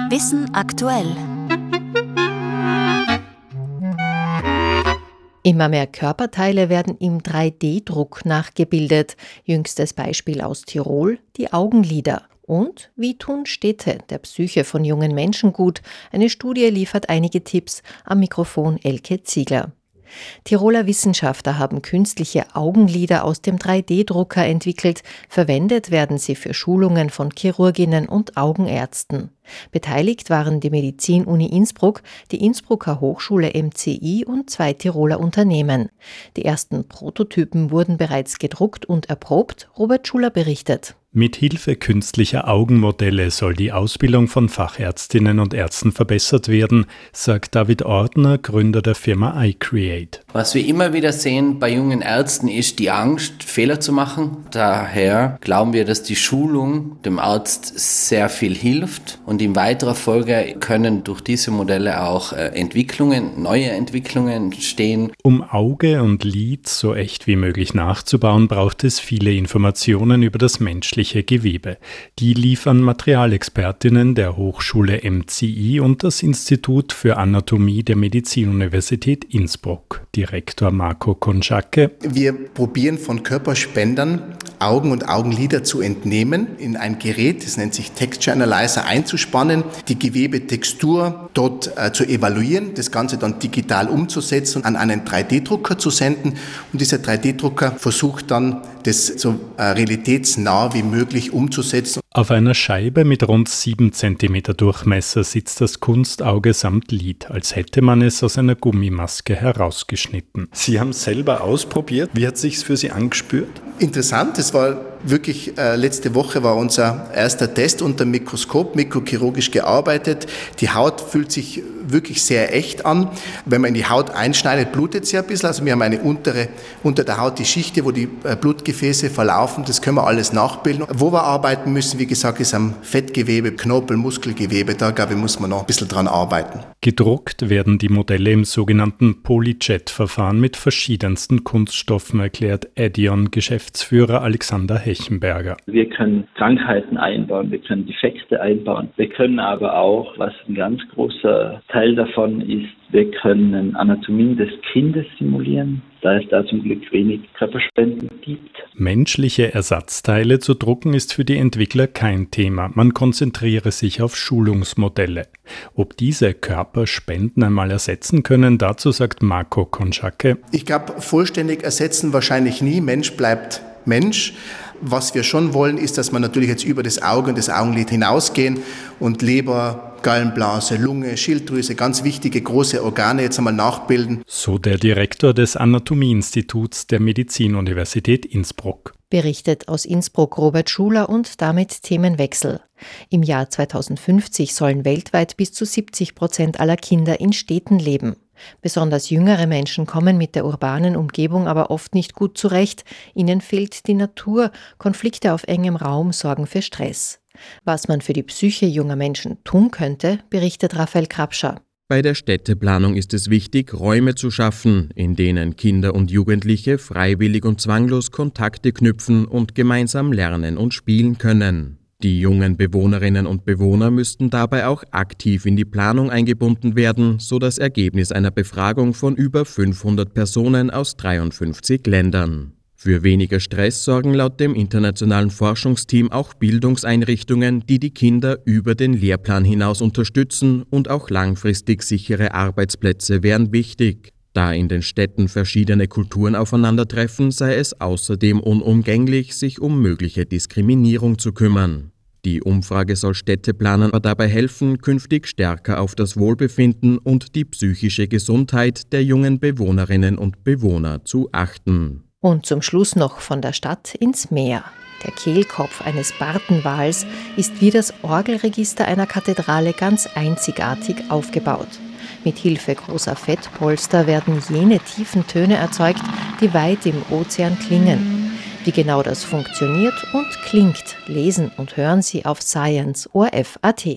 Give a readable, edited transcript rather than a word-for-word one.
Wissen aktuell. Immer mehr Körperteile werden im 3D-Druck nachgebildet. Jüngstes Beispiel aus Tirol, die Augenlider. Und wie tun Städte der Psyche von jungen Menschen gut? Eine Studie liefert einige Tipps. Am Mikrofon Elke Ziegler. Tiroler Wissenschaftler haben künstliche Augenlider aus dem 3D-Drucker entwickelt. Verwendet werden sie für Schulungen von Chirurginnen und Augenärzten. Beteiligt waren die Medizin-Uni Innsbruck, die Innsbrucker Hochschule MCI und 2 Tiroler Unternehmen. Die ersten Prototypen wurden bereits gedruckt und erprobt. Robert Schuller berichtet. Mit Hilfe künstlicher Augenmodelle soll die Ausbildung von Fachärztinnen und Ärzten verbessert werden, sagt David Ordner, Gründer der Firma iCreate. Was wir immer wieder sehen bei jungen Ärzten ist die Angst, Fehler zu machen. Daher glauben wir, dass die Schulung dem Arzt sehr viel hilft und in weiterer Folge können durch diese Modelle auch neue Entwicklungen entstehen. Um Auge und Lid so echt wie möglich nachzubauen, braucht es viele Informationen über das menschliche Gewebe. Die liefern Materialexpertinnen der Hochschule MCI und das Institut für Anatomie der Medizinuniversität Innsbruck. Direktor Marco Konschacke. Wir probieren von Körperspendern Augen und Augenlider zu entnehmen, in ein Gerät, das nennt sich Texture Analyzer, einzuspannen, die Gewebetextur dort zu evaluieren, das Ganze dann digital umzusetzen und an einen 3D-Drucker zu senden. Und dieser 3D-Drucker versucht dann, das so realitätsnah wie möglich umzusetzen. Auf einer Scheibe mit rund 7 cm Durchmesser sitzt das Kunstauge samt Lid, als hätte man es aus einer Gummimaske herausgeschnitten. Sie haben es selber ausprobiert. Wie hat es sich für Sie angespürt? Interessant, es war wirklich, letzte Woche war unser erster Test unter dem Mikroskop, mikrochirurgisch gearbeitet. Die Haut fühlt sich wirklich sehr echt an. Wenn man in die Haut einschneidet, blutet sie ein bisschen. Also wir haben eine unter der Haut die Schicht, wo die Blutgefäße verlaufen. Das können wir alles nachbilden. Wo wir arbeiten müssen, wie gesagt, ist am Fettgewebe, Knorpel, Muskelgewebe. Da, glaube ich, muss man noch ein bisschen dran arbeiten. Gedruckt werden die Modelle im sogenannten Polyjet-Verfahren mit verschiedensten Kunststoffen, erklärt Edion-Geschäftsführer Alexander Hechenberger. Wir können Krankheiten einbauen, wir können Defekte einbauen. Wir können aber auch, was ein ganz großer Teil davon ist, wir können Anatomie des Kindes simulieren, da es da zum Glück wenig Körperspenden gibt. Menschliche Ersatzteile zu drucken ist für die Entwickler kein Thema. Man konzentriere sich auf Schulungsmodelle. Ob diese Körperspenden einmal ersetzen können, dazu sagt Marco Konschacke. Ich glaube, vollständig ersetzen wahrscheinlich nie. Mensch bleibt Mensch. Was wir schon wollen, ist, dass wir natürlich jetzt über das Auge und das Augenlid hinausgehen und Leber, Gallenblase, Lunge, Schilddrüse, ganz wichtige große Organe jetzt einmal nachbilden. So der Direktor des Anatomie-Instituts der Medizinuniversität Innsbruck. Berichtet aus Innsbruck Robert Schuller und damit Themenwechsel. Im Jahr 2050 sollen weltweit bis zu 70% aller Kinder in Städten leben. Besonders jüngere Menschen kommen mit der urbanen Umgebung aber oft nicht gut zurecht. Ihnen fehlt die Natur, Konflikte auf engem Raum sorgen für Stress. Was man für die Psyche junger Menschen tun könnte, berichtet Raphael Krapscher. Bei der Städteplanung ist es wichtig, Räume zu schaffen, in denen Kinder und Jugendliche freiwillig und zwanglos Kontakte knüpfen und gemeinsam lernen und spielen können. Die jungen Bewohnerinnen und Bewohner müssten dabei auch aktiv in die Planung eingebunden werden, so das Ergebnis einer Befragung von über 500 Personen aus 53 Ländern. Für weniger Stress sorgen laut dem internationalen Forschungsteam auch Bildungseinrichtungen, die die Kinder über den Lehrplan hinaus unterstützen, und auch langfristig sichere Arbeitsplätze wären wichtig. Da in den Städten verschiedene Kulturen aufeinandertreffen, sei es außerdem unumgänglich, sich um mögliche Diskriminierung zu kümmern. Die Umfrage soll Städteplanern dabei helfen, künftig stärker auf das Wohlbefinden und die psychische Gesundheit der jungen Bewohnerinnen und Bewohner zu achten. Und zum Schluss noch von der Stadt ins Meer. Der Kehlkopf eines Bartenwals ist wie das Orgelregister einer Kathedrale ganz einzigartig aufgebaut. Mit Hilfe großer Fettpolster werden jene tiefen Töne erzeugt, die weit im Ozean klingen. Wie genau das funktioniert und klingt, lesen und hören Sie auf Science ORF.at.